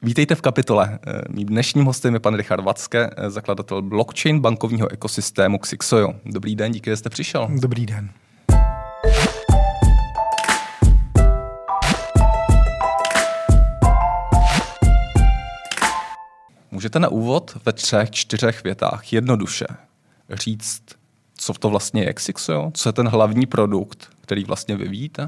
Vítejte v Kapitole. Mým dnešním hostem je pan Richard Watzke, zakladatel blockchain bankovního ekosystému Xixojo. Dobrý den, díky, že jste přišel. Dobrý den. Můžete na úvod ve 3-4 větách jednoduše říct, co to vlastně je Xixojo? Co je ten hlavní produkt, který vlastně vyvíjíte?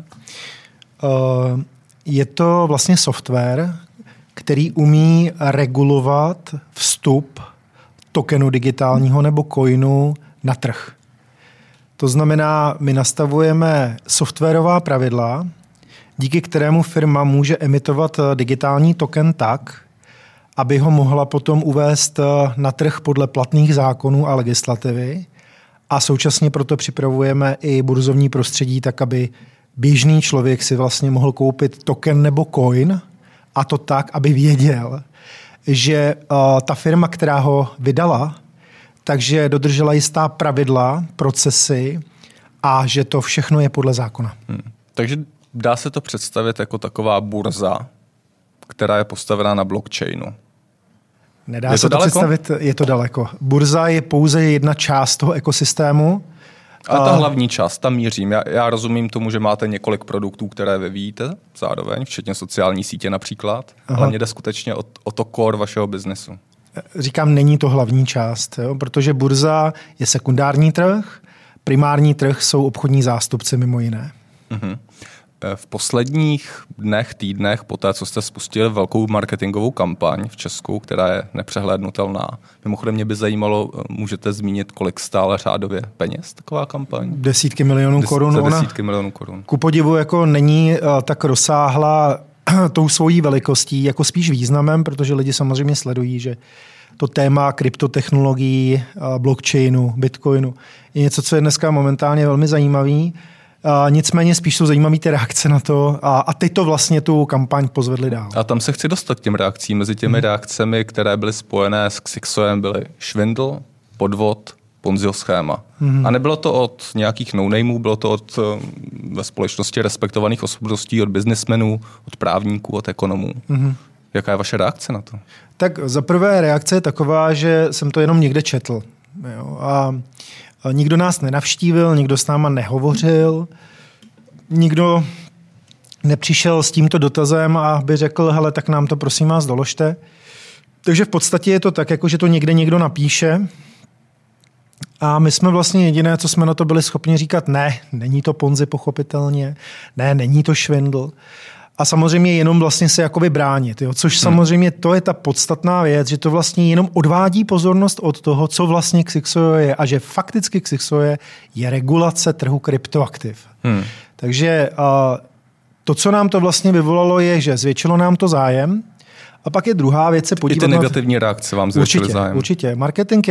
Je to vlastně software, který umí regulovat vstup tokenu digitálního nebo coinu na trh. To znamená, my nastavujeme softwarová pravidla, díky kterému firma může emitovat digitální token tak, aby ho mohla potom uvést na trh podle platných zákonů a legislativy. A současně proto připravujeme i burzovní prostředí tak, aby běžný člověk si vlastně mohl koupit token nebo coin, a to tak, aby věděl, že ta firma, která ho vydala, takže dodržela jistá pravidla, procesy a že to všechno je podle zákona. Takže dá se to představit jako taková burza, která je postavená na blockchainu. Nedá se to představit, je to daleko. Burza je pouze jedna část toho ekosystému. Ale ta hlavní část, tam mířím. Já rozumím tomu, že máte několik produktů, které vyvíjíte zároveň, včetně sociální sítě například, ale mě jde skutečně o to core vašeho biznesu. Říkám, není to hlavní část, jo? Protože burza je sekundární trh, primární trh jsou obchodní zástupci mimo jiné. V posledních dnech, týdnech, poté, co jste spustili velkou marketingovou kampaň v Česku, která je nepřehlédnutelná. Mimochodem mě by zajímalo, můžete zmínit, kolik stála řádově peněz taková kampaň? Desítky milionů korun. Desítky milionů korun. Ku podivu jako není tak rozsáhlá tou svojí velikostí, jako spíš významem, protože lidi samozřejmě sledují, že to téma kryptotechnologií, blockchainu, bitcoinu je něco, co je dneska momentálně velmi zajímavý. Nicméně spíš jsou zajímavé ty reakce na to a teď to vlastně tu kampaň pozvedli dál. A tam se chci dostat k těm reakcím. Mezi těmi reakcemi, které byly spojené s Xixojem, byly švindl, podvod, Ponziho schéma. A nebylo to od nějakých no-nameů, bylo to od ve společnosti respektovaných osobností, od biznismenů, od právníků, od ekonomů. Jaká je vaše reakce na to? Tak za prvé reakce je taková, že jsem to jenom někde četl. Jo, a nikdo nás nenavštívil, nikdo s náma nehovořil, nikdo nepřišel s tímto dotazem a by řekl, hele, tak nám to prosím vás doložte. Takže v podstatě je to tak, jako že to někde někdo napíše a my jsme vlastně jediné, co jsme na to byli schopni říkat, ne, není to Ponzi pochopitelně, ne, není to švindl. A samozřejmě jenom vlastně se jakoby bránit, jo? Což samozřejmě to je ta podstatná věc, že to vlastně jenom odvádí pozornost od toho, co vlastně Xixojo je a že fakticky Xixojo je regulace trhu kryptoaktiv. Takže to, co nám to vlastně vyvolalo, je, že zvětšilo nám to zájem a pak je druhá věc se podívat I ty negativní reakce vám zvětšily zájem. Určitě. Marketing je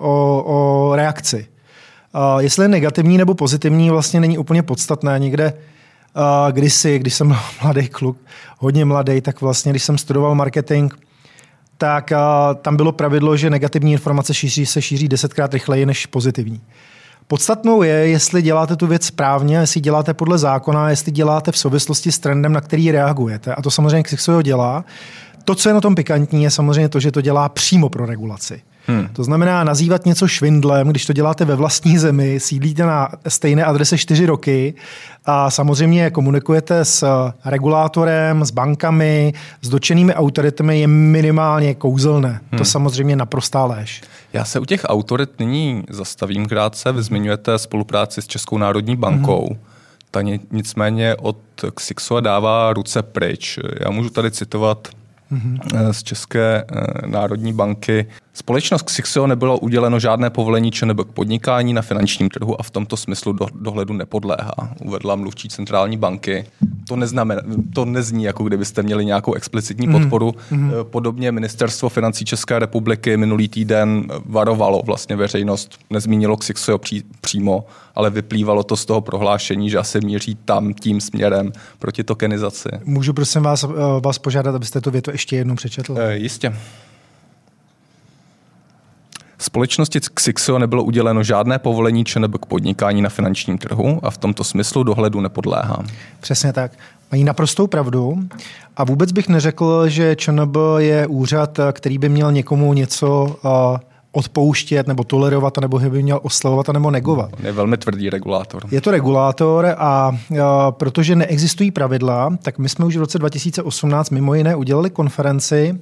o reakci. Jestli je negativní nebo pozitivní, vlastně není úplně podstatné. Někde kdysi, když jsem byl mladý kluk, hodně mladý, tak vlastně, když jsem studoval marketing, tak tam bylo pravidlo, že negativní informace se šíří 10krát rychleji než pozitivní. Podstatnou je, jestli děláte tu věc správně, jestli děláte podle zákona, jestli děláte v souvislosti s trendem, na který reagujete. A to samozřejmě Xixojo dělá. To, co je na tom pikantní, je samozřejmě to, že to dělá přímo pro regulaci. To znamená nazývat něco švindlem, když to děláte ve vlastní zemi, sídlíte na stejné adrese 4 roky a samozřejmě komunikujete s regulátorem, s bankami, s dotčenými autoritami, je minimálně kouzelné. To samozřejmě naprostá lež. Já se u těch autorit nyní zastavím krátce. Vy zmiňujete spolupráci s Českou národní bankou. Ta nicméně od Xixoja dává ruce pryč. Já můžu tady citovat z České národní banky. Společnost Xixojo nebylo uděleno žádné povolení či nebo k podnikání na finančním trhu a v tomto smyslu dohledu nepodléhá, uvedla mluvčí centrální banky. To nezní, jako kdybyste měli nějakou explicitní podporu. Podobně ministerstvo financí České republiky minulý týden varovalo vlastně veřejnost, nezmínilo Xixojo přímo, ale vyplývalo to z toho prohlášení, že asi míří tam tím směrem proti tokenizaci. Můžu prosím vás požádat, abyste tu větu ještě jednou přečetl? Jistě. Společnosti Xixo nebylo uděleno žádné povolení ČNB k podnikání na finančním trhu a v tomto smyslu dohledu nepodléhá. Přesně tak. Mají naprostou pravdu a vůbec bych neřekl, že ČNB je úřad, který by měl někomu něco odpouštět nebo tolerovat, nebo by měl oslavovat nebo negovat. Je velmi tvrdý regulátor. Je to regulátor a protože neexistují pravidla, tak my jsme už v roce 2018 mimo jiné udělali konferenci,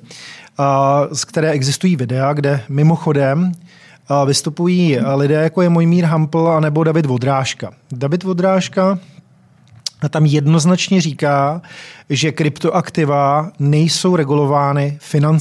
z které existují videa, kde mimochodem vystupují lidé, jako je Mojmír Hampl a nebo David Vodrážka. David Vodrážka tam jednoznačně říká, že kryptoaktiva nejsou regulovány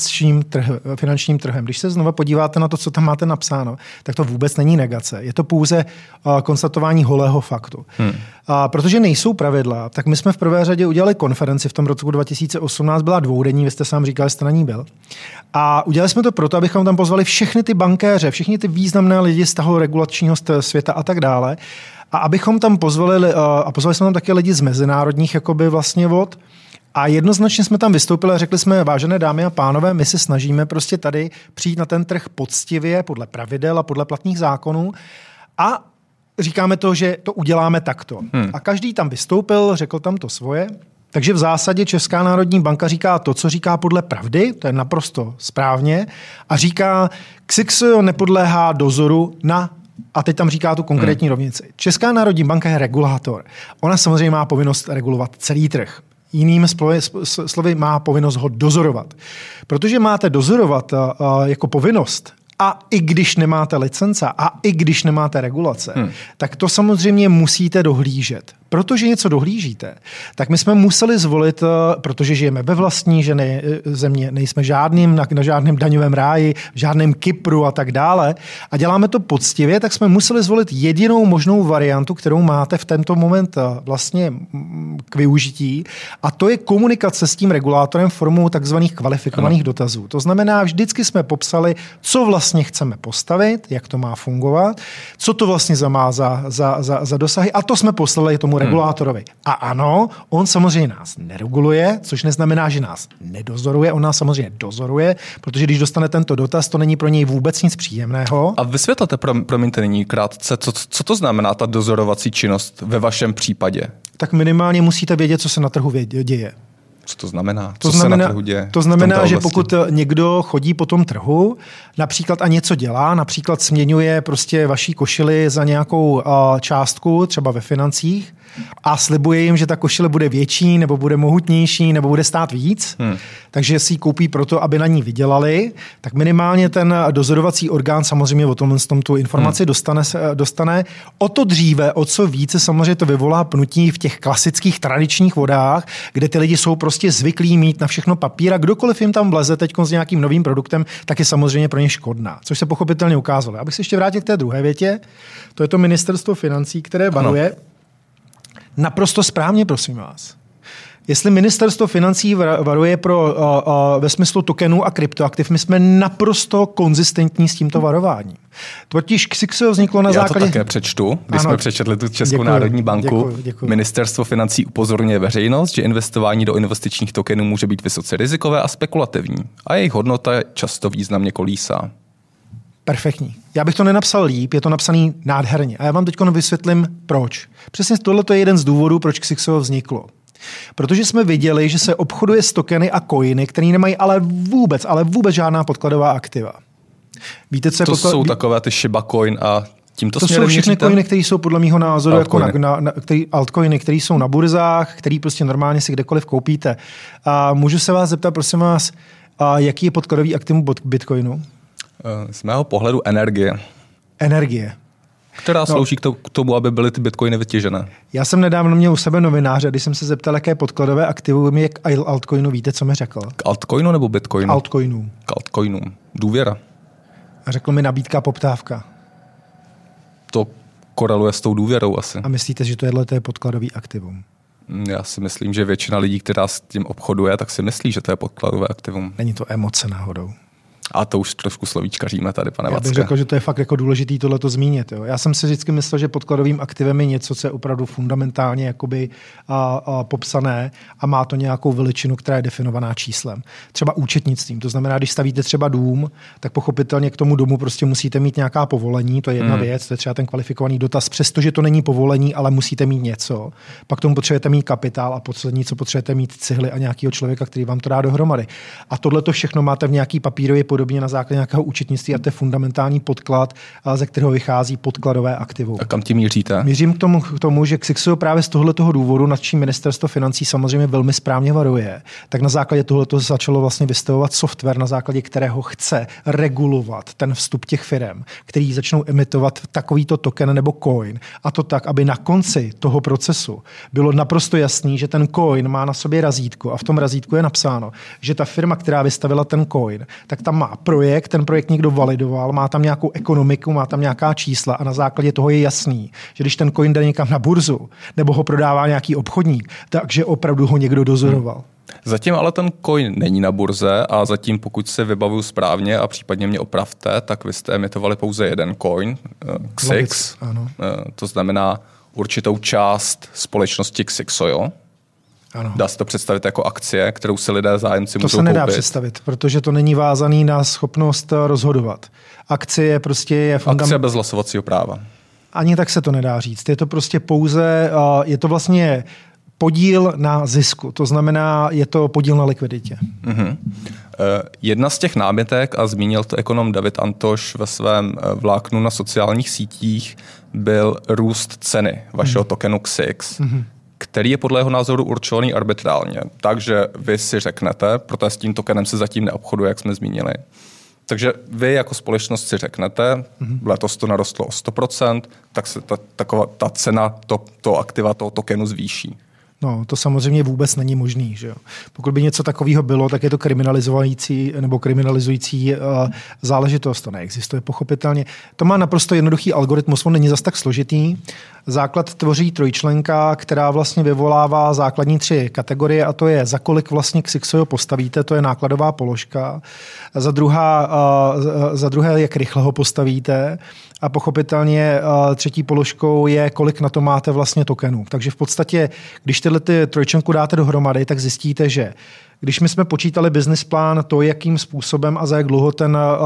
finančním trhem. Když se znova podíváte na to, co tam máte napsáno, tak to vůbec není negace. Je to pouze konstatování holého faktu. Protože nejsou pravidla, tak my jsme v prvé řadě udělali konferenci v tom roku 2018, byla dvoudenní, vy jste sám říkal, že jste na ní byl. A udělali jsme to proto, abychom tam pozvali všechny ty bankéře, všechny ty významné lidi z toho regulačního světa a tak dále. A abychom tam pozvali jsme tam také lidi z mezinárodních jakoby vlastně vod. A jednoznačně jsme tam vystoupili a řekli jsme, vážené dámy a pánové, my se snažíme prostě tady přijít na ten trh poctivě, podle pravidel a podle platných zákonů. A říkáme to, že to uděláme takto. A každý tam vystoupil, řekl tam to svoje. Takže v zásadě Česká národní banka říká to, co říká podle pravdy, to je naprosto správně, a říká, Xixo nepodléhá dozoru na. A teď tam říká tu konkrétní rovnici. Česká národní banka je regulátor. Ona samozřejmě má povinnost regulovat celý trh. Jinými slovy má povinnost ho dozorovat. Protože máte dozorovat jako povinnost, a i když nemáte licence a i když nemáte regulace, tak to samozřejmě musíte dohlížet. Protože něco dohlížíte, tak my jsme museli zvolit, protože žijeme ve vlastní země, nejsme na žádném daňovém ráji, v žádném Kypru a tak dále a děláme to poctivě, tak jsme museli zvolit jedinou možnou variantu, kterou máte v tento moment vlastně k využití a to je komunikace s tím regulátorem formou takzvaných kvalifikovaných dotazů. To znamená, vždycky jsme popsali, co vlastně chceme postavit, jak to má fungovat, co to vlastně má za dosahy a to jsme poslali tomu regulátorovi. A ano, on samozřejmě nás nereguluje, což neznamená, že nás nedozoruje, on nás samozřejmě dozoruje, protože když dostane tento dotaz, to není pro něj vůbec nic příjemného. A vysvětlete, promiňte nyní krátce, co to znamená ta dozorovací činnost ve vašem případě? Tak minimálně musíte vědět, co se na trhu děje. Co to znamená? Se na trhu děje? To znamená, že pokud někdo chodí po tom trhu, například a něco dělá, například směňuje prostě vaší košili za nějakou částku, třeba ve financích, a slibuje jim, že ta košile bude větší, nebo bude mohutnější, nebo bude stát víc, takže si ji koupí proto, aby na ní vydělali, tak minimálně ten dozorovací orgán samozřejmě o tom tu informaci dostane. O to dříve, o co více samozřejmě to vyvolá pnutí v těch klasických tradičních vodách, kde ty lidi jsou prostě zvyklí mít na všechno papír a kdokoliv jim tam vleze teď s nějakým novým produktem, tak je samozřejmě pro ně škodná, což se pochopitelně ukázalo. Abych se ještě vrátil k té druhé větě, to je to ministerstvo financí, které varuje. Naprosto správně, prosím vás. Jestli ministerstvo financí varuje ve smyslu tokenů a kryptoaktiv, my jsme naprosto konzistentní s tímto varováním. Totiž Xixo vzniklo na základě... Já to také přečtu, když jsme přečetli tu Českou národní banku. Děkuji. Ministerstvo financí upozorňuje veřejnost, že investování do investičních tokenů může být vysoce rizikové a spekulativní. A jejich hodnota často významně kolísá. Perfektní. Já bych to nenapsal líp, je to napsaný nádherně. A já vám teď vysvětlím, proč. Přesně tohle je jeden z důvodů, proč Xixo vzniklo. Protože jsme viděli, že se obchoduje s tokeny a coiny, které nemají ale vůbec žádná podkladová aktiva. Víte, co je to jsou takové ty Shiba Coin a tímto to směrem jsou všechny měříte? coiny, které jsou podle mého názoru altcoiny, které jsou na burzách, které prostě normálně si kdekoliv koupíte. A můžu se vás zeptat, prosím vás, jaký je podkladový aktivum Bitcoinu? Z mého pohledu energie. Která slouží k tomu, aby byly ty bitcoiny vytěžené. Já jsem nedávno měl u sebe novináře, když jsem se zeptal, jaké podkladové aktivum je k altcoinu, víte, co mi řekl? K altcoinu nebo bitcoinu? Altcoinu. K altcoinu. Důvěra. A řekl mi nabídka a poptávka. To koreluje s tou důvěrou asi. A myslíte, že to je podkladový aktivum? Já si myslím, že většina lidí, která s tím obchoduje, tak si myslí, že to je podkladové aktivum. Není to emoce náhodou? A to už trošku slovíčkaříme tady, pane Vacke. Já bych řekl, že to je fakt jako důležitý tohleto zmínit. Jo. Já jsem si vždycky myslel, že podkladovým aktivem je něco, co je opravdu fundamentálně jakoby, popsané a má to nějakou veličinu, která je definovaná číslem. Třeba účetnictvím. To znamená, když stavíte třeba dům, tak pochopitelně k tomu domu prostě musíte mít nějaká povolení, to je jedna věc, to je třeba ten kvalifikovaný dotaz, přestože to není povolení, ale musíte mít něco. Pak tomu potřebujete mít kapitál a poslední, co potřebujete mít cihly a nějakého člověka, který vám to dá dohromady. A tohle to všechno máte v nějaký papírově podobně na základě nějakého účetnictví a to je fundamentální podklad, ze kterého vychází podkladové aktivum. A kam tím míříte? Mířím k tomu, že Xixo právě z tohoto důvodu, nad čím ministerstvo financí samozřejmě velmi správně varuje, tak na základě tohoto začalo vlastně vystavovat software, na základě kterého chce regulovat ten vstup těch firem, který začnou emitovat takovýto token nebo coin. A to tak, aby na konci toho procesu bylo naprosto jasný, že ten coin má na sobě razítko a v tom razítku je napsáno, že ta firma, která vystavila ten coin, tak tam má projekt, ten projekt někdo validoval, má tam nějakou ekonomiku, má tam nějaká čísla a na základě toho je jasný, že když ten coin jde někam na burzu nebo ho prodává nějaký obchodník, takže opravdu ho někdo dozoroval. Zatím ale ten coin není na burze a zatím, pokud se vybavuju správně a případně mě opravte, tak vy jste emitovali pouze jeden coin, XIX, to znamená určitou část společnosti Xixo, jo? Ano. Dá se to představit jako akcie, kterou si lidé zájemci můžou koupit? To se nedá představit, protože to není vázaný na schopnost rozhodovat. Akcie prostě je Akcie bez hlasovacího práva. Ani tak se to nedá říct. Je to prostě pouze, je to vlastně podíl na zisku. To znamená, je to podíl na likviditě. Jedna z těch námětek, a zmínil to ekonom David Antoš ve svém vláknu na sociálních sítích, byl růst ceny vašeho tokenu XIX, který je podle jeho názoru určovaný arbitrálně. Takže vy si řeknete, protože s tím tokenem se zatím neobchoduje, jak jsme zmínili. Takže vy jako společnost si řeknete, letos to narostlo o 100%, tak se ta cena toho aktiva, toho tokenu zvýší. No, to samozřejmě vůbec není možný. Že jo? Pokud by něco takového bylo, tak je to kriminalizující záležitost. To neexistuje pochopitelně. To má naprosto jednoduchý algoritmus, on není zas tak složitý. Základ tvoří trojčlenka, která vlastně vyvolává základní 3 kategorie a to je, za kolik vlastně Xixo postavíte, to je nákladová položka. Za druhé, jak rychle ho postavíte. A pochopitelně třetí položkou je, kolik na to máte vlastně tokenů. Takže v podstatě, když tyhle trojčlenku dáte dohromady, tak zjistíte, že když my jsme počítali business plán, to, jakým způsobem a za jak dlouho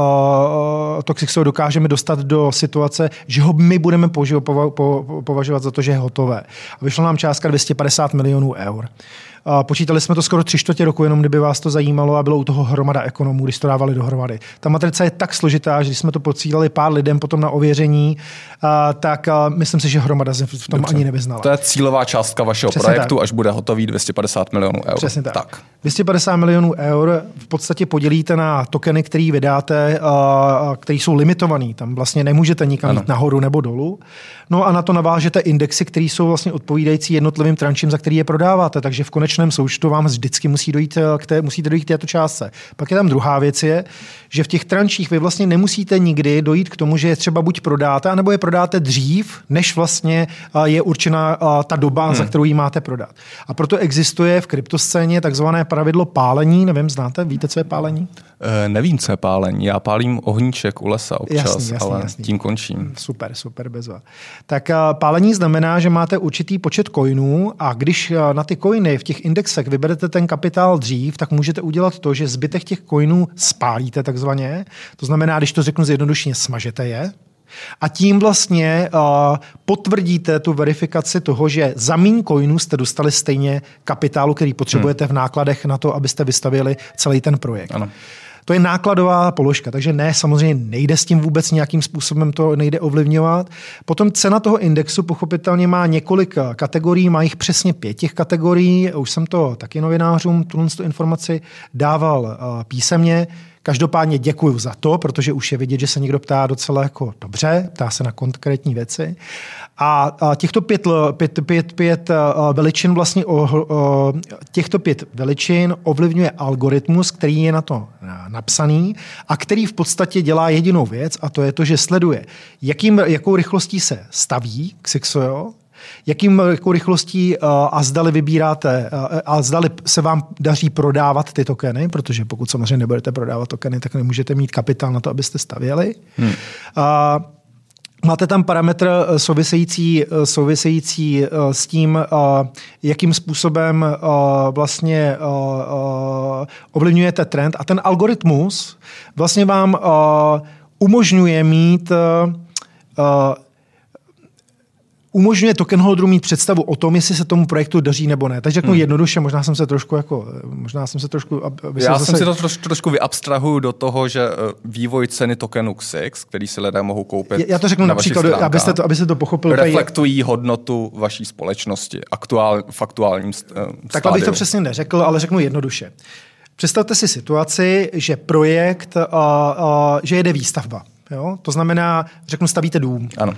to Xixo dokážeme dostat do situace, že ho my budeme považovat za to, že je hotové. A vyšla nám částka 250 milionů eur. Počítali jsme to skoro 3/4 roku, jenom kdyby vás to zajímalo a bylo u toho hromada ekonomů, když to dávali dohromady. Ta matrice je tak složitá, že když jsme to posílali pár lidem potom na ověření, tak myslím si, že hromada se v tom ani nevyznala. To je cílová částka vašeho projektu, tak. Až bude hotový 250 milionů eur. Přesně tak. 250 milionů eur v podstatě podělíte na tokeny, který vydáte, který jsou limitovaný. Tam vlastně nemůžete nikam jít nahoru nebo dolů. No a na to navážete indexy, které jsou vlastně odpovídající jednotlivým trančím, za který je prodáváte. Takže v konečném součtu vám vždycky musíte dojít k této částce. Pak je tam druhá věc, že v těch trančích vy vlastně nemusíte nikdy dojít k tomu, že je třeba buď prodáte, anebo je prodáte dřív, než vlastně je určena ta doba, za kterou ji máte prodat. A proto existuje v kryptoscéně takzvané pravidlo pálení. Nevím, znáte? Víte, co je pálení? Nevím, co je pálení. Já pálím ohníček u lesa občas, jasný. Tím končím. Super, bezva. Tak pálení znamená, že máte určitý počet coinů a když na ty coiny v těch indexech vyberete ten kapitál dřív, tak můžete udělat to, že zbytek těch coinů spálíte takzvaně. To znamená, když to řeknu zjednodušeně, smažete je. A tím vlastně potvrdíte tu verifikaci toho, že za míň coinů jste dostali stejně kapitálu, který potřebujete v nákladech na to, abyste vystavili celý ten projekt. Ano. To je nákladová položka, takže ne, samozřejmě nejde s tím vůbec nějakým způsobem, to nejde ovlivňovat. Potom cena toho indexu pochopitelně má několik kategorií, má jich přesně 5 těch kategorií. Už jsem to taky novinářům tu informaci dával písemně. Každopádně děkuju za to, protože už je vidět, že se někdo ptá docela jako dobře, ptá se na konkrétní věci. A těchto pět veličin vlastně těchto 5 veličin ovlivňuje algoritmus, který je na to napsaný a který v podstatě dělá jedinou věc a to je to, že sleduje, jakou rychlostí se staví Xixo jakou rychlostí a zdali vybíráte a zdali se vám daří prodávat ty tokeny, protože pokud samozřejmě nebudete prodávat tokeny, tak nemůžete mít kapitál na to, abyste stavěli. Máte tam parametr související s tím, jakým způsobem vlastně ovlivňujete trend. A ten algoritmus vlastně vám umožňuje token holderům mít představu o tom, jestli se tomu projektu daří nebo ne. Takže řeknu jednoduše, možná jsem se trošku... Já jsem si to trošku vyabstrahuju do toho, že vývoj ceny tokenu XSIX, který si lidé mohou koupit. Já to řeknu například, abyste to pochopil. Reflektují hodnotu vaší společnosti v aktuálním stádiu. Takhle bych to přesně neřekl, ale řeknu jednoduše. Představte si situaci, že projekt, že jede výstavba. Jo? To znamená, řeknu, stavíte dům. Ano.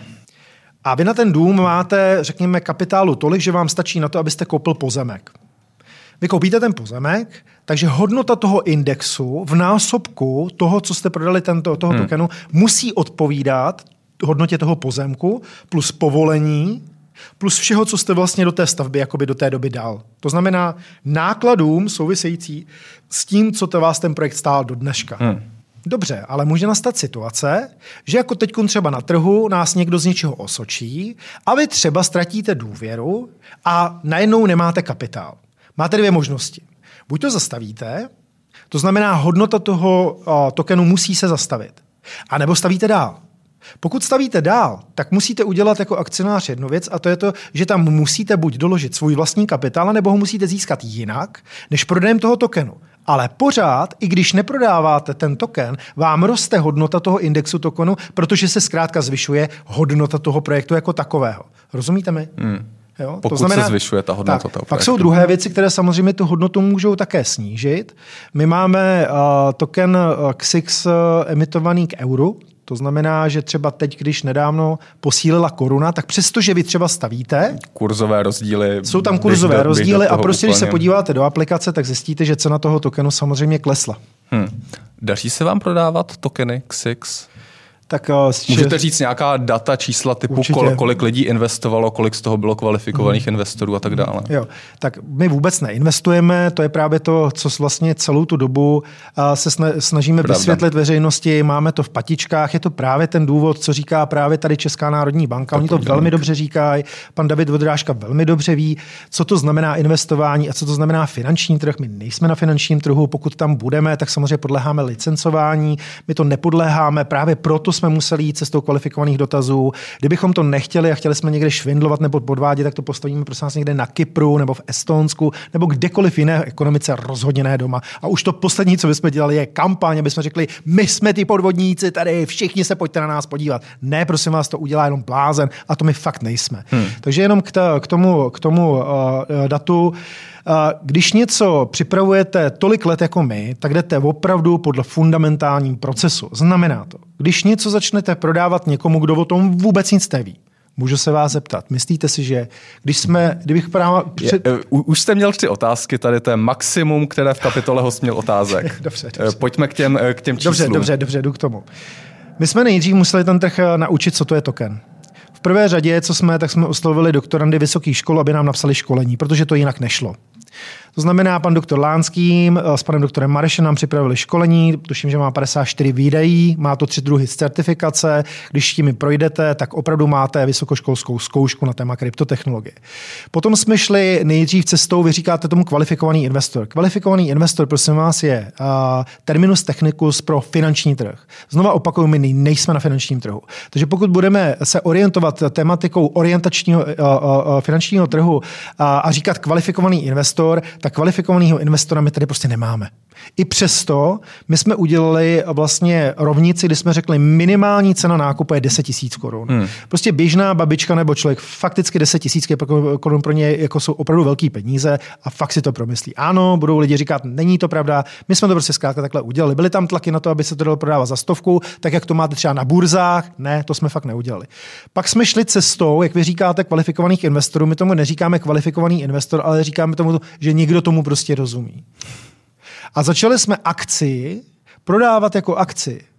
A vy na ten dům máte, řekněme, kapitálu tolik, že vám stačí na to, abyste koupil pozemek. Vy koupíte ten pozemek, takže hodnota toho indexu v násobku toho, co jste prodali toho tokenu, musí odpovídat hodnotě toho pozemku plus povolení, plus všeho, co jste vlastně do té stavby jakoby do té doby dal. To znamená nákladům související s tím, co to vás ten projekt stál do dneška. Dobře, ale může nastat situace, že jako teď třeba na trhu nás někdo z něčeho osočí a vy třeba ztratíte důvěru a najednou nemáte kapitál. Máte dvě možnosti. Buď to zastavíte, to znamená hodnota toho tokenu musí se zastavit, anebo stavíte dál. Pokud stavíte dál, tak musíte udělat jako akcionář jednu věc a to je to, že tam musíte buď doložit svůj vlastní kapitál, nebo ho musíte získat jinak, než prodejem toho tokenu. Ale pořád, i když neprodáváte ten token, vám roste hodnota toho indexu tokenu, protože se zkrátka zvyšuje hodnota toho projektu jako takového. Rozumíte mi? Jo? Pokud to znamená, se zvyšuje ta hodnota toho projektu. Pak jsou druhé věci, které samozřejmě tu hodnotu můžou také snížit. My máme token XSIX emitovaný k euru. To znamená, že třeba teď, když nedávno posílila koruna, tak přestože vy třeba stavíte... Kurzové rozdíly. Jsou tam kurzové rozdíly a prostě, když se podíváte do aplikace, tak zjistíte, že cena toho tokenu samozřejmě klesla. Daří se vám prodávat tokeny XSIX? Tak, můžete říct nějaká data, čísla typu, kolik lidí investovalo, kolik z toho bylo kvalifikovaných investorů a tak dále? Jo, tak my vůbec neinvestujeme, to je právě to, co vlastně celou tu dobu se snažíme vysvětlit veřejnosti, máme to v patičkách, je to právě ten důvod, co říká právě tady Česká národní banka, oni to velmi dobře říkají, pan David Vodrážka velmi dobře ví, co to znamená investování a co to znamená finanční trh. My nejsme na finančním trhu, pokud tam budeme, tak samozřejmě podléháme licencování, my to nepodléháme, právě proto jsme museli jít cestou kvalifikovaných dotazů. Kdybychom to nechtěli a chtěli jsme někde švindlovat nebo podvádět, tak to postavíme prosím nás někde na Kypru nebo v Estonsku nebo kdekoliv jiné ekonomice, rozhodně ne doma. A už to poslední, co bychom dělali, je kampaň, aby jsme řekli, my jsme ty podvodníci tady, všichni se pojďte na nás podívat. Ne, prosím vás, to udělá jenom blázen a to my fakt nejsme. Takže jenom k tomu datu. Když něco připravujete tolik let jako my, tak jdete opravdu podle fundamentálním procesu. Znamená to, když něco začnete prodávat někomu, kdo o tom vůbec nic neví, můžu se vás zeptat. Myslíte si, že kdybych právě... Už jste měl 3 otázky, tady to je maximum, které v kapitole host měl otázek. Dobře. Pojďme k těm číslům. Dobře, jdu k tomu. My jsme nejdřív museli ten trh naučit, co to je token. V prvé řadě, tak jsme oslovili doktorandy vysokých škol, aby nám napsali školení, protože to jinak nešlo. To znamená, pan doktor Lánský s panem doktorem Marešem nám připravili školení, tuším, že má 54 videí, má to 3 druhy z certifikace, když tím projdete, tak opravdu máte vysokoškolskou zkoušku na téma kryptotechnologie. Potom jsme šli nejdřív cestou, vy říkáte tomu kvalifikovaný investor. Kvalifikovaný investor, prosím vás, je terminus technicus pro finanční trh. Znova opakuju, my nejsme na finančním trhu. Takže pokud budeme se orientovat tematikou orientačního finančního trhu a říkat kvalifikovaný investor, tak kvalifikovaného investora my tady prostě nemáme. I přesto my jsme udělali vlastně rovnici, kdy jsme řekli, minimální cena nákupu je 10 000 korun. Prostě běžná babička nebo člověk, fakticky 10 000 korun pro ně jako jsou opravdu velký peníze a fakt si to promyslí. Ano, budou lidi říkat, není to pravda, my jsme to prostě zkrátka takhle udělali. Byly tam tlaky na to, aby se to dalo prodávat za 100, tak jak to máte třeba na burzách, ne, to jsme fakt neudělali. Pak jsme šli cestou, jak vy říkáte, kvalifikovaných investorů, my tomu neříkáme kvalifikovaný investor, ale říkáme tomu, že někdo tomu prostě rozumí. A začali jsme akci prodávat jako akci.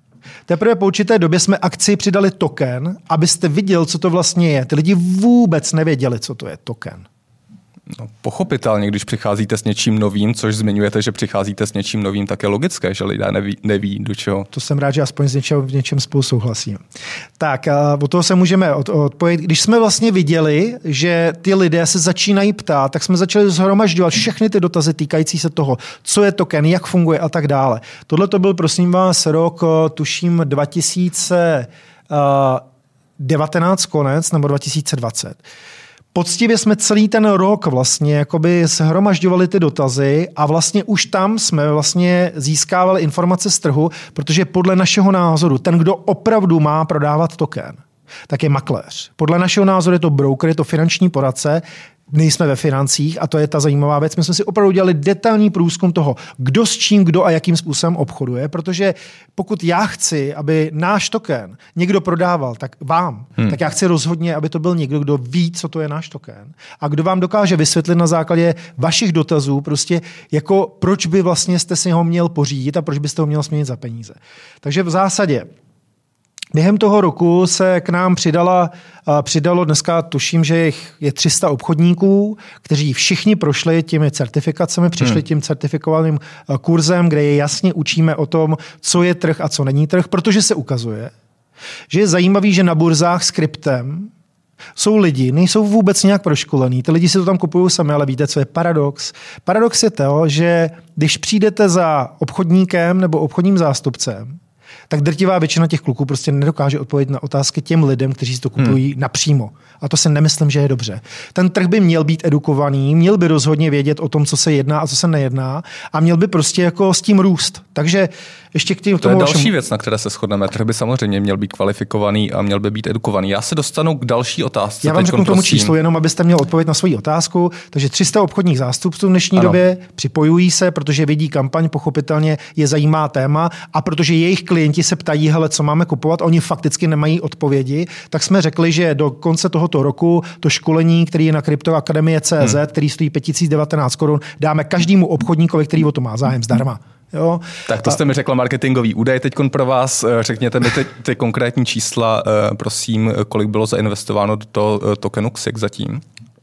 Teprve po určité době jsme akci přidali token, abyste viděl, co to vlastně je. Ty lidi vůbec nevěděli, co to je token. No, pochopitelně, když přicházíte s něčím novým, což zmiňujete, že přicházíte s něčím novým, tak je logické, že lidé neví do čeho. To jsem rád, že aspoň v něčem spolu souhlasím. Tak, od toho se můžeme odpojit. Když jsme vlastně viděli, že ty lidé se začínají ptát, tak jsme začali zhromažďovat všechny ty dotazy týkající se toho, co je token, jak funguje a tak dále. Tohle to byl, prosím vás, rok, tuším, 2019 konec nebo 2020. Poctivě jsme celý ten rok vlastně jakoby shromažďovali ty dotazy a vlastně už tam jsme vlastně získávali informace z trhu, protože podle našeho názoru ten, kdo opravdu má prodávat token, tak je makléř. Podle našeho názoru je to broker, je to finanční poradce, nejsme ve financích a to je ta zajímavá věc. My jsme si opravdu dělali detailní průzkum toho, kdo s čím, kdo a jakým způsobem obchoduje, protože pokud já chci, aby náš token někdo prodával, tak vám, tak já chci rozhodně, aby to byl někdo, kdo ví, co to je náš token a kdo vám dokáže vysvětlit na základě vašich dotazů prostě jako proč by vlastně jste si ho měl pořídit a proč byste ho měl směnit za peníze. Takže v zásadě během toho roku se k nám přidalo dneska, tuším, že je 300 obchodníků, kteří všichni prošli těmi certifikacemi, přišli tím certifikovaným kurzem, kde je jasně učíme o tom, co je trh a co není trh, protože se ukazuje, že je zajímavý, že na burzách s kryptem jsou lidi, nejsou vůbec nějak proškolení, ty lidi si to tam kupují sami, ale víte, co je paradox? Paradox je to, že když přijdete za obchodníkem nebo obchodním zástupcem, tak drtivá většina těch kluků prostě nedokáže odpovědět na otázky těm lidem, kteří si to kupují napřímo. A to si nemyslím, že je dobře. Ten trh by měl být edukovaný, měl by rozhodně vědět o tom, co se jedná a co se nejedná a měl by prostě jako s tím růst. Takže ještě k tomu... To je další věc, na které se shodneme. Trh by samozřejmě měl být kvalifikovaný a měl by být edukovaný. Já se dostanu k další otázce. Já vám řeknu tomu číslu, jenom abyste měl odpověď na svou otázku. Takže 300 obchodních zástupců v dnešní době připojují se, protože vidí kampaň, pochopitelně je zajímá téma a protože jejich klienti se ptají, hele, co máme kupovat, oni fakticky nemají odpovědi, tak jsme řekli, že do konce tohoto roku to školení, který je na kryptoakademie.cz, který stojí 5019 korun, dáme každému obchodníkovi, který o to má zájem zdarma. Jo? Tak to jste mi řekla marketingový údaj teď pro vás. Řekněte mi ty konkrétní čísla, prosím, kolik bylo zainvestováno do toho tokenu XIX zatím?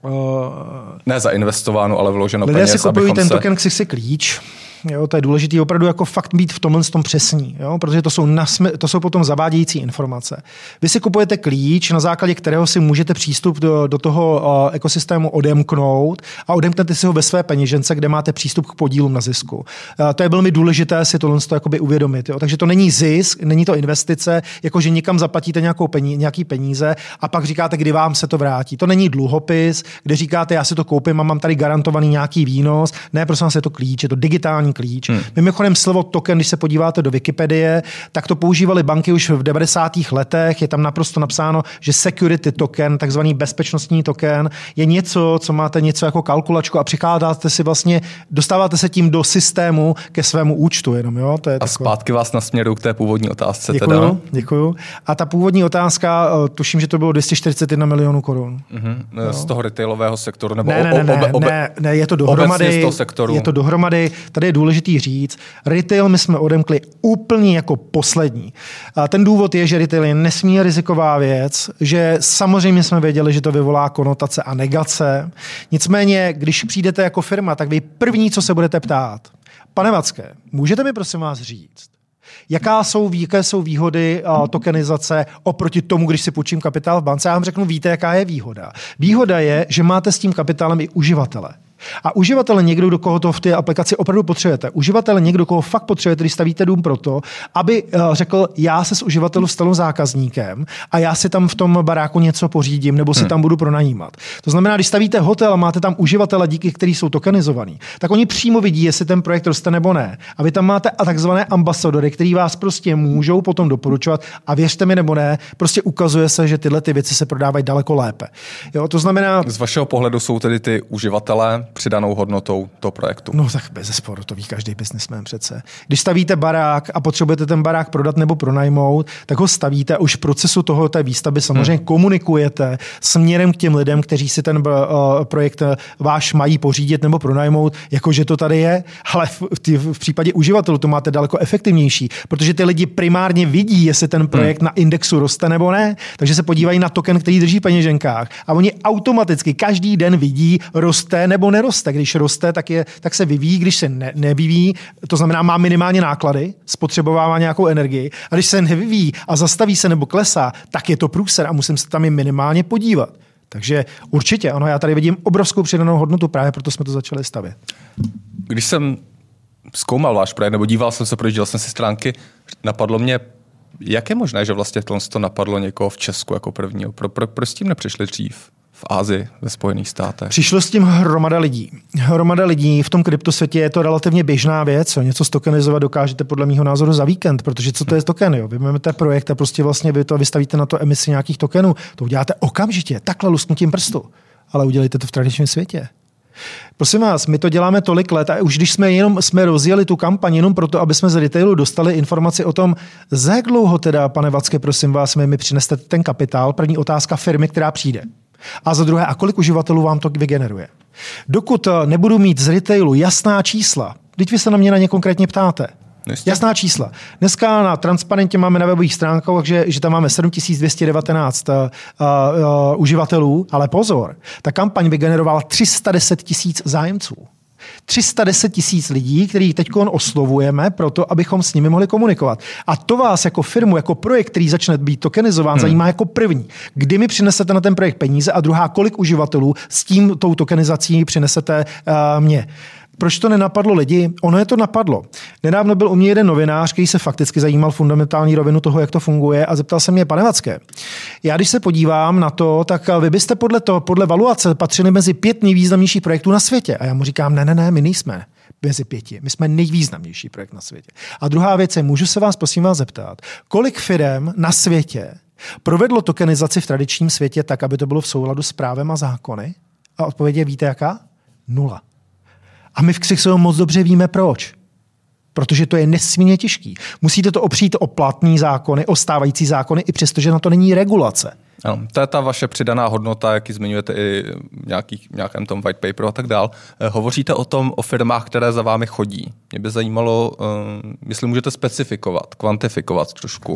Ne zainvestováno, ale vloženo peněz. Lidé si kupují ten token XIX je klíč. Jo, to je důležité opravdu jako fakt být v tomhle tom přesný, jo? Protože to jsou potom zavádějící informace. Vy si kupujete klíč, na základě kterého si můžete přístup do toho ekosystému odemknout a odemknete si ho ve své peněžence, kde máte přístup k podílům na zisku. To je velmi důležité si tohle jakoby uvědomit. Jo? Takže to není zisk, není to investice, jakože někam zaplatíte nějaký peníze a pak říkáte, kdy vám se to vrátí. To není dluhopis, kde říkáte, já si to koupím a mám tady garantovaný nějaký výnos. Ne, prosím vás, je to klíč, je to digitální klíč. Mimochodem slovo token, když se podíváte do Wikipedie, tak to používaly banky už v 90. letech. Je tam naprosto napsáno, že security token, takzvaný bezpečnostní token, je něco, co máte něco jako kalkulačku a přikládáte si vlastně, dostáváte se tím do systému ke svému účtu jenom, jo? To je a zpátky vás nasměruju k té původní otázce. Děkuju. A ta původní otázka, tuším, že to bylo 241 milionů korun. Z toho retailového sektoru? Nebo ne, je to dohromady. Z toho sektoru. Je to dohromady. Tady je důležitý říct, retail my jsme odemkli úplně jako poslední. A ten důvod je, že retail je nesmírně riziková věc, že samozřejmě jsme věděli, že to vyvolá konotace a negace. Nicméně, když přijdete jako firma, tak vy první, co se budete ptát, pane Vacké, můžete mi prosím vás říct, jaké jsou výhody tokenizace oproti tomu, když si půjčím kapitál v bance? Já vám řeknu, víte, jaká je výhoda. Výhoda je, že máte s tím kapitálem i uživatele. A uživatele někdo, do koho to v té aplikaci opravdu potřebujete. Uživatele někdo, koho fakt potřebujete, když stavíte dům proto, aby řekl, já se s uživatelů stanu zákazníkem a já si tam v tom baráku něco pořídím nebo si tam budu pronajímat. To znamená, když stavíte hotel a máte tam uživatele, díky který jsou tokenizovaní, tak oni přímo vidí, jestli ten projekt roste nebo ne. A vy tam máte takzvané ambasadory, který vás prostě můžou potom doporučovat a věřte mi nebo ne, prostě ukazuje se, že tyhle ty věci se prodávají daleko lépe. Jo, to znamená, z vašeho pohledu jsou tedy ty uživatelé přidanou hodnotou toho projektu? No tak bezesporu, to ví každý biznesmen přece. Když stavíte barák a potřebujete ten barák prodat nebo pronajmout, tak ho stavíte a už v procesu té výstavby samozřejmě komunikujete směrem k těm lidem, kteří si ten projekt váš mají pořídit nebo pronajmout, jakože to tady je, ale v případě uživatelů to máte daleko efektivnější, protože ty lidi primárně vidí, jestli ten projekt na indexu roste nebo ne, takže se podívají na token, který drží v peněženkách a oni automaticky každý den vidí, roste nebo neroste. Když roste, tak se vyvíjí, když se nevyvíjí, to znamená má minimálně náklady, spotřebovává nějakou energii a když se nevyvíjí a zastaví se nebo klesá, tak je to průser a musím se tam i minimálně podívat. Takže určitě, ano, já tady vidím obrovskou přidanou hodnotu, právě proto jsme to začali stavět. Když jsem zkoumal váš projekt, nebo díval jsem se, projížděl jsem si stránky, napadlo mě, jak je možné, že vlastně to napadlo někoho v Česku jako prvního? Proč s tím nepřišli dřív? V Asii, ve Spojených státech. Přišlo s tím hromada lidí. Hromada lidí v tom kryptosvětě je to relativně běžná věc. Něco stokenizovat dokážete podle mého názoru za víkend, protože co to je token? Jo? Vy máte projekt a prostě vlastně vy to vystavíte na to emisi nějakých tokenů. To uděláte okamžitě, takhle lusknutím prstu. Ale udělejte to v tradičním světě. Prosím vás, my to děláme tolik let a už když jsme rozjeli tu kampaň jenom proto, aby jsme z retailu dostali informaci o tom, za jak dlouho teda, pane Vacke, prosím vás, mi přineste ten kapitál, první otázka firmy, která přijde. A za druhé, a kolik uživatelů vám to vygeneruje? Dokud nebudu mít z retailu jasná čísla, teď vy se na mě na ně konkrétně ptáte, jasná čísla. Dneska na Transparentě máme na webových stránkách, že tam máme 7219 uživatelů, ale pozor, ta kampaň vygenerovala 310 000 zájemců. 310 000 lidí, který teď oslovujeme proto, abychom s nimi mohli komunikovat. A to vás jako firmu, jako projekt, který začne být tokenizován, zajímá jako první. Kdy mi přinesete na ten projekt peníze a druhá, kolik uživatelů s tím tou tokenizací přinesete mě. Proč to nenapadlo lidi? Ono je to napadlo. Nedávno byl u mě jeden novinář, který se fakticky zajímal fundamentální rovinu toho, jak to funguje a zeptal se mě, pane Vacke, já když se podívám na to, tak vy byste podle valuace patřili mezi 5 nejvýznamnějších projektů na světě. A já mu říkám, ne, my nejsme mezi 5. My jsme nejvýznamnější projekt na světě. A druhá věc je, můžu se vás prosím vás zeptat, kolik firem na světě provedlo tokenizaci v tradičním světě tak, aby to bylo v souladu s právem a zákony? A odpověď je, víte jaká? 0. A my v Xixu moc dobře víme proč. Protože to je nesmírně těžký. Musíte to opřít o platný zákony, o stávající zákony, i přesto, že na to není regulace. Ano, to je ta vaše přidaná hodnota, jak ji zmiňujete i v nějakém tom white paperu a tak dál. Hovoříte o firmách, které za vámi chodí. Mě by zajímalo, jestli můžete specifikovat, kvantifikovat trošku,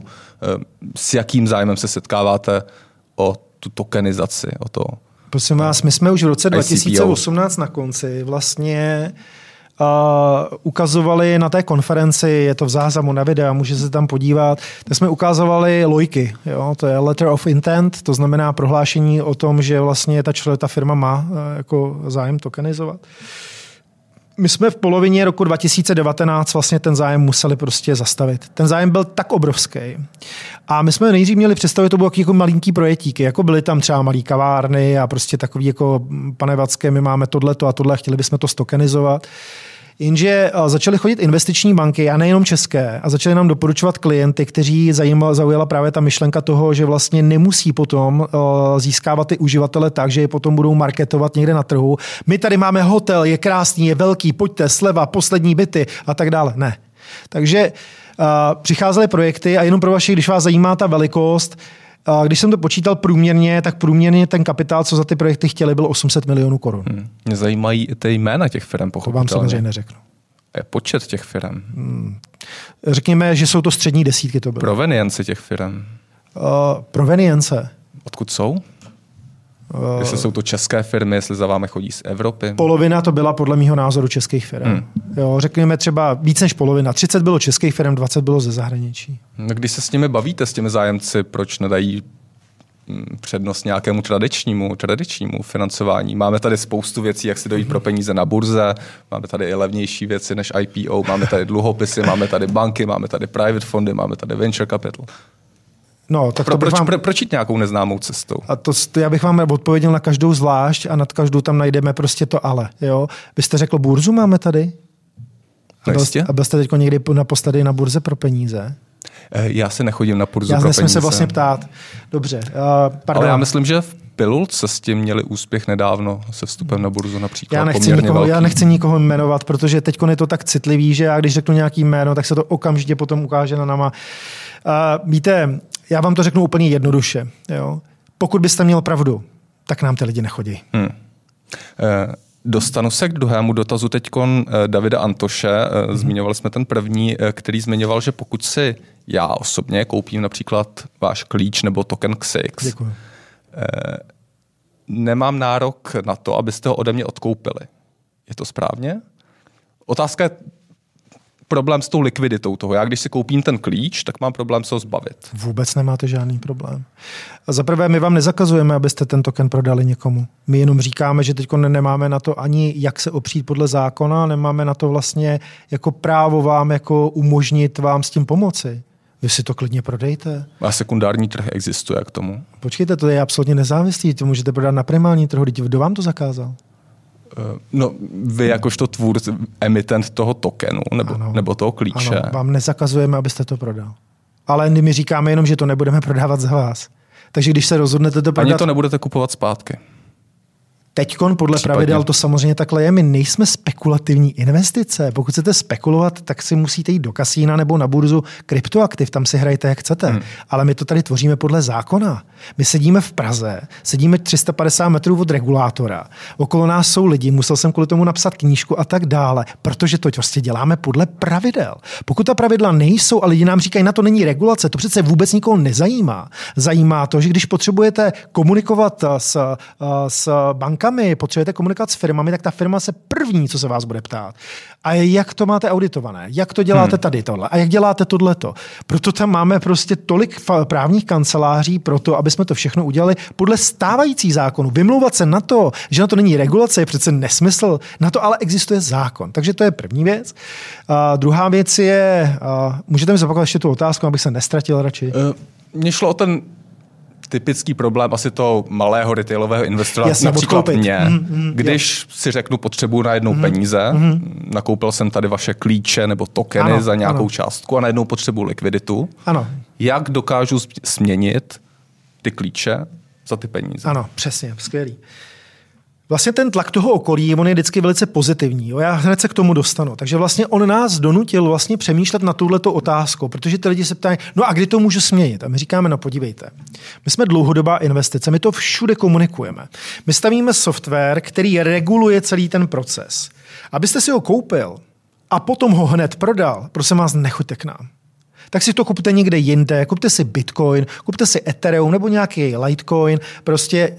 s jakým zájmem se setkáváte o tu tokenizaci, o to. Prosím vás, my jsme už v roce 2018 na konci vlastně ukazovali na té konferenci, je to v záznamu na videa, můžete se tam podívat, tak jsme ukazovali lojky, jo? To je letter of intent, to znamená prohlášení o tom, že vlastně ta firma má jako zájem tokenizovat. My jsme v polovině roku 2019 vlastně ten zájem museli prostě zastavit. Ten zájem byl tak obrovský. A my jsme nejdřív měli představit, to bylo jako malinký projektíky, jako byly tam třeba malý kavárny a prostě takový jako pane Vacke, my máme tohleto a tohle, chtěli bychom to stokenizovat. Jenže začaly chodit investiční banky, a nejenom české, a začaly nám doporučovat klienty, kteří zaujala právě ta myšlenka toho, že vlastně nemusí potom získávat ty uživatele tak, že je potom budou marketovat někde na trhu. My tady máme hotel, je krásný, je velký, pojďte, sleva, poslední byty a tak dále. Ne. Takže přicházely projekty a jenom pro vaši, když vás zajímá ta velikost, když jsem to počítal průměrně, tak průměrně ten kapitál, co za ty projekty chtěli, byl 800 milionů korun. Mě zajímají ty jména těch firm, pochopitelně. To vám samozřejmě neřeknu. A je počet těch firm? Řekněme, že jsou to střední desítky. To bylo. Provenience těch firm? Provenience. Odkud jsou? Jestli jsou to české firmy, jestli za vámi chodí z Evropy? Polovina to byla podle mého názoru českých firm. Jo, řekněme třeba víc než polovina. 30 bylo českých firm, 20 bylo ze zahraničí. Když se s nimi bavíte, s těmi zájemci, proč nedají přednost nějakému tradičnímu financování? Máme tady spoustu věcí, jak si dojít pro peníze na burze, máme tady i levnější věci než IPO, máme tady dluhopisy, máme tady banky, máme tady private fondy, máme tady venture capital. No, tak proč jít nějakou neznámou cestou? A to já bych vám odpověděl na každou zvlášť a nad každou tam najdeme prostě to ale. Jo? Vy jste řekl, burzu máme tady? A byl jste teď někdy naposledy na burze pro peníze? Já se nechodím na burzu pro peníze. Já nesmím se vlastně ptát. Dobře. Ale já myslím, že Pilulce s tím měli úspěch nedávno se vstupem na burzu například. Já nechci nikoho jmenovat, protože teď je to tak citlivý, že já když řeknu nějaký jméno, tak se to okamžitě potom ukáže na náma. Víte, já vám to řeknu úplně jednoduše. Jo? Pokud byste měl pravdu, tak nám ty lidi nechodí. Dostanu se k druhému dotazu teďkon Davida Antoše. Zmiňovali jsme ten první, který zmiňoval, že pokud si já osobně koupím například váš klíč nebo token XSIX, děkuji. Nemám nárok na to, abyste ho ode mě odkoupili. Je to správně? Otázka je problém s tou likviditou toho. Já když si koupím ten klíč, tak mám problém se ho zbavit. Vůbec nemáte žádný problém. A za prvé, my vám nezakazujeme, abyste ten token prodali někomu. My jenom říkáme, že teď nemáme na to ani jak se opřít podle zákona, nemáme na to vlastně jako právo vám jako umožnit vám s tím pomoci. Vy si to klidně prodejte. A sekundární trh existuje k tomu? Počkejte, to je absolutně nezávislý. To můžete prodat na primární trhu. Kdo vám to zakázal? No, vy jakožto tvůrce, emitent toho tokenu nebo toho klíče. Ano, vám nezakazujeme, abyste to prodal. Ale my říkáme jenom, že to nebudeme prodávat za vás. Takže když se rozhodnete to prodat... Ani to nebudete kupovat zpátky. Teďkon podle pravidel to samozřejmě takhle je. My nejsme spekulativní investice. Pokud chcete spekulovat, tak si musíte jít do kasína nebo na burzu kryptoaktiv. Tam si hrajte, jak chcete. Ale my to tady tvoříme podle zákona. My sedíme v Praze, sedíme 350 metrů od regulátora. Okolo nás jsou lidi, musel jsem kvůli tomu napsat knížku a tak dále, protože to prostě děláme podle pravidel. Pokud ta pravidla nejsou a lidi nám říkají, na to není regulace, to přece vůbec nikoho nezajímá. Zajímá to, že když potřebujete komunikovat s bankami, potřebujete komunikovat s firmami, tak ta firma se první, co se vás bude ptát. A jak to máte auditované? Jak to děláte tady tohle? A jak děláte tohleto? Proto tam máme prostě tolik právních kanceláří pro to, aby jsme to všechno udělali podle stávající zákonu. Vymlouvat se na to, že na to není regulace, je přece nesmysl. Na to ale existuje zákon. Takže to je první věc. Druhá věc je, můžete mi zopakovat ještě tu otázku, abych se nestratil radši? Mně šlo o ten typický problém asi toho malého retailového investora, jasně, například mě. Když si řeknu, potřebuji najednou peníze, nakoupil jsem tady vaše klíče nebo tokeny za nějakou částku a najednou potřebuji likviditu. Ano. Jak dokážu směnit ty klíče za ty peníze? Ano, přesně, skvělý. Vlastně ten tlak toho okolí, on je vždycky velice pozitivní. Jo? Já hned se k tomu dostanu. Takže vlastně on nás donutil vlastně přemýšlet na touhleto otázku, protože ty lidi se ptají, no a kdy to můžu směnit? A my říkáme, no podívejte, my jsme dlouhodobá investice, my to všude komunikujeme. My stavíme software, který reguluje celý ten proces. Abyste si ho koupil a potom ho hned prodal, prosím vás, nechoďte k nám. Tak si to kupte někde jinde, kupte si Bitcoin, kupte si Ethereum nebo nějaký Litecoin, prostě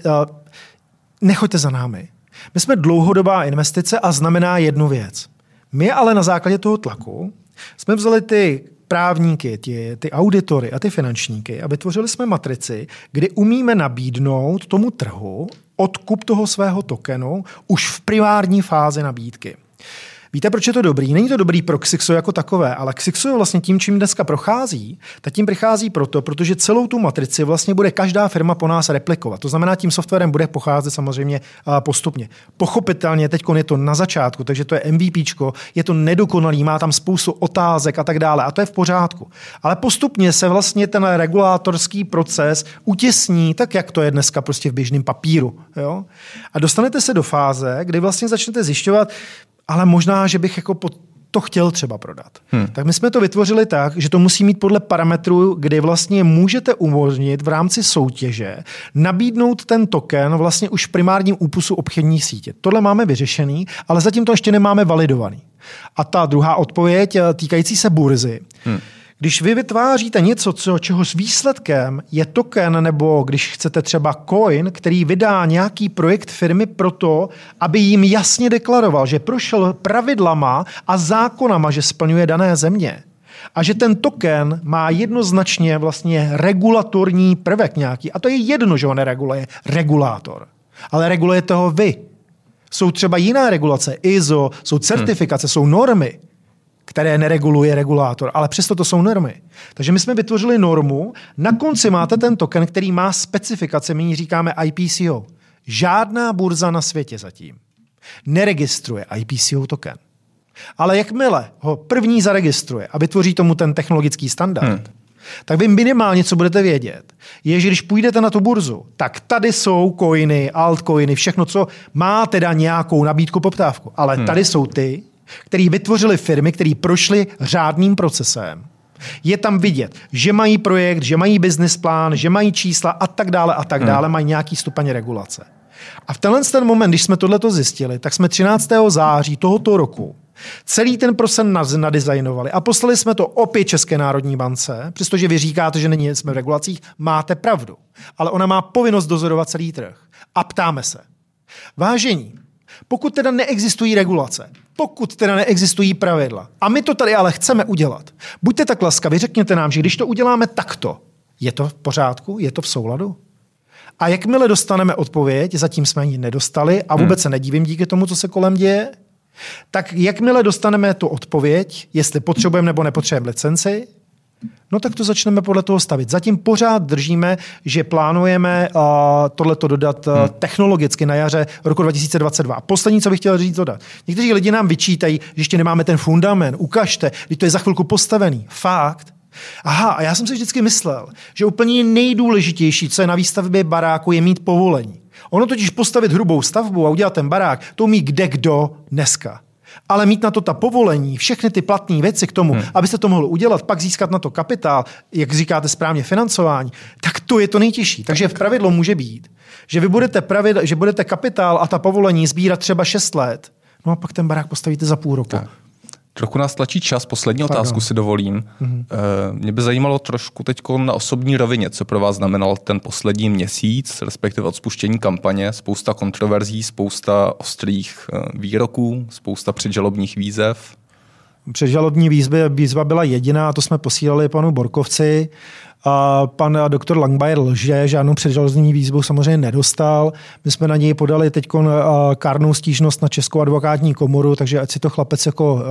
nechoďte za námi. My jsme dlouhodobá investice a znamená jednu věc. My ale na základě toho tlaku jsme vzali ty právníky, ty auditory a ty finančníky a vytvořili jsme matrici, kdy umíme nabídnout tomu trhu odkup toho svého tokenu už v primární fázi nabídky. Víte, proč je to dobrý? Není to dobrý pro XSIXO jako takové, ale XSIXO vlastně tím, čím dneska prochází, tak tím přichází protože celou tu matrici vlastně bude každá firma po nás replikovat. To znamená, tím softwarem bude pocházet samozřejmě postupně. Pochopitelně, teď je to na začátku, takže to je MVPčko, je to nedokonalý, má tam spoustu otázek a tak dále a to je v pořádku. Ale postupně se vlastně ten regulátorský proces utěsní, tak jak to je dneska prostě v běžném papíru. Jo? A dostanete se do fáze, kdy vlastně začnete zjišťovat, ale možná, že bych jako to chtěl třeba prodat. Tak my jsme to vytvořili tak, že to musí mít podle parametrů, kdy vlastně můžete umožnit v rámci soutěže nabídnout ten token vlastně už v primárním úpusu obchodní sítě. Tohle máme vyřešený, ale zatím to ještě nemáme validovaný. A ta druhá odpověď týkající se burzy. Když vy vytváříte něco, čeho s výsledkem je token, nebo když chcete třeba coin, který vydá nějaký projekt firmy proto, aby jim jasně deklaroval, že prošel pravidlama a zákonama, že splňuje dané země. A že ten token má jednoznačně vlastně regulatorní prvek nějaký. A to je jedno, že ho nereguluje regulátor. Ale reguluje toho vy. Jsou třeba jiná regulace, ISO, jsou certifikace, jsou normy, které nereguluje regulátor, ale přesto to jsou normy. Takže my jsme vytvořili normu, na konci máte ten token, který má specifikace, my ji říkáme IPCO. Žádná burza na světě zatím neregistruje IPCO token. Ale jakmile ho první zaregistruje a vytvoří tomu ten technologický standard, tak vy minimálně, co budete vědět, je, že když půjdete na tu burzu, tak tady jsou coiny, altcoiny, všechno, co má teda nějakou nabídku, poptávku. Ale tady jsou ty, který vytvořili firmy, který prošly řádným procesem. Je tam vidět, že mají projekt, že mají business plán, že mají čísla a tak dále, mají nějaký stupeň regulace. A v tenhle ten moment, když jsme tohleto zjistili, tak jsme 13. září tohoto roku celý ten proces nadizajnovali a poslali jsme to opět České národní bance, přestože vy říkáte, že jsme v regulacích, máte pravdu. Ale ona má povinnost dozorovat celý trh. A ptáme se. Vážení, pokud teda neexistují regulace, pokud teda neexistují pravidla, a my to tady ale chceme udělat, buďte tak laskaví, řekněte nám, že když to uděláme takto, je to v pořádku, je to v souladu? A jakmile dostaneme odpověď, zatím jsme ji nedostali a vůbec se nedívím díky tomu, co se kolem děje, tak jakmile dostaneme tu odpověď, jestli potřebujeme nebo nepotřebujeme licenci, no tak to začneme podle toho stavit. Zatím pořád držíme, že plánujeme tohleto dodat technologicky na jaře roku 2022. A poslední, co bych chtěl říct dodat. Někteří lidi nám vyčítají, že ještě nemáme ten fundament, ukažte, když to je za chvilku postavený. Fakt. Aha, a já jsem si vždycky myslel, že úplně nejdůležitější, co je na výstavbě baráku, je mít povolení. Ono totiž postavit hrubou stavbu a udělat ten barák, to umí kdekdo dneska. Ale mít na to ta povolení, všechny ty platné věci k tomu, abyste to mohl udělat, pak získat na to kapitál, jak říkáte správně, financování, tak to je to nejtěžší. Takže v pravidlo může být, že vy budete kapitál a ta povolení sbírat třeba 6 let, no a pak ten barák postavíte za půl roku. Tak. Trochu nás tlačí čas, poslední otázku si dovolím. Mě by zajímalo trošku teď na osobní rovině, co pro vás znamenal ten poslední měsíc, respektive od spuštění kampaně, spousta kontroverzí, spousta ostrých výroků, spousta předžalobních výzev. Předžalobní výzva byla jediná, a to jsme posílali panu Borkovci. A pan doktor Langbayer lže, žádnou předžalobní výzvu samozřejmě nedostal. My jsme na něj podali teď kárnou stížnost na Českou advokátní komoru, takže ať si to chlapec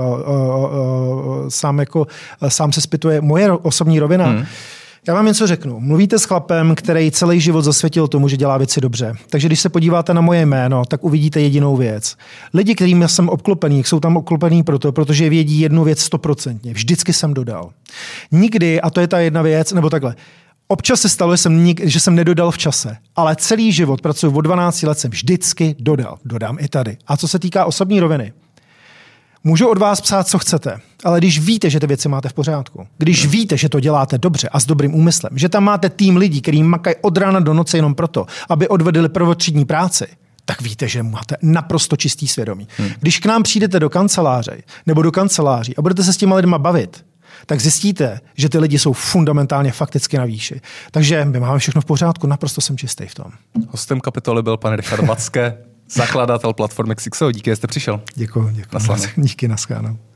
sám se zpytuje. Moje osobní rovina. Já vám něco řeknu. Mluvíte s chlapem, který celý život zasvětil tomu, že dělá věci dobře. Takže když se podíváte na moje jméno, tak uvidíte jedinou věc. Lidi, kterým jsem obklopený, jsou tam obklopený protože vědí jednu věc 100%. Vždycky jsem dodal. Nikdy, a to je ta jedna věc, nebo takhle, občas se stalo, že jsem nedodal v čase, ale celý život, pracuji od 12 let, jsem vždycky dodal. Dodám i tady. A co se týká osobní roviny, můžu od vás psát, co chcete, ale když víte, že ty věci máte v pořádku, když víte, že to děláte dobře a s dobrým úmyslem, že tam máte tým lidí, kteří makají od rána do noci jenom proto, aby odvedli prvotřídní práci, tak víte, že máte naprosto čistý svědomí. Když k nám přijdete do kanceláře nebo do kanceláří a budete se s těma lidma bavit, tak zjistíte, že ty lidi jsou fundamentálně fakticky na výši. Takže my máme všechno v pořádku, naprosto jsem čistý v tom. Hostem kapitoly byl pan Richard Batzke, zakladatel platformy XXO. Díky, že jste přišel. Děkuji. Díky, naschledanou.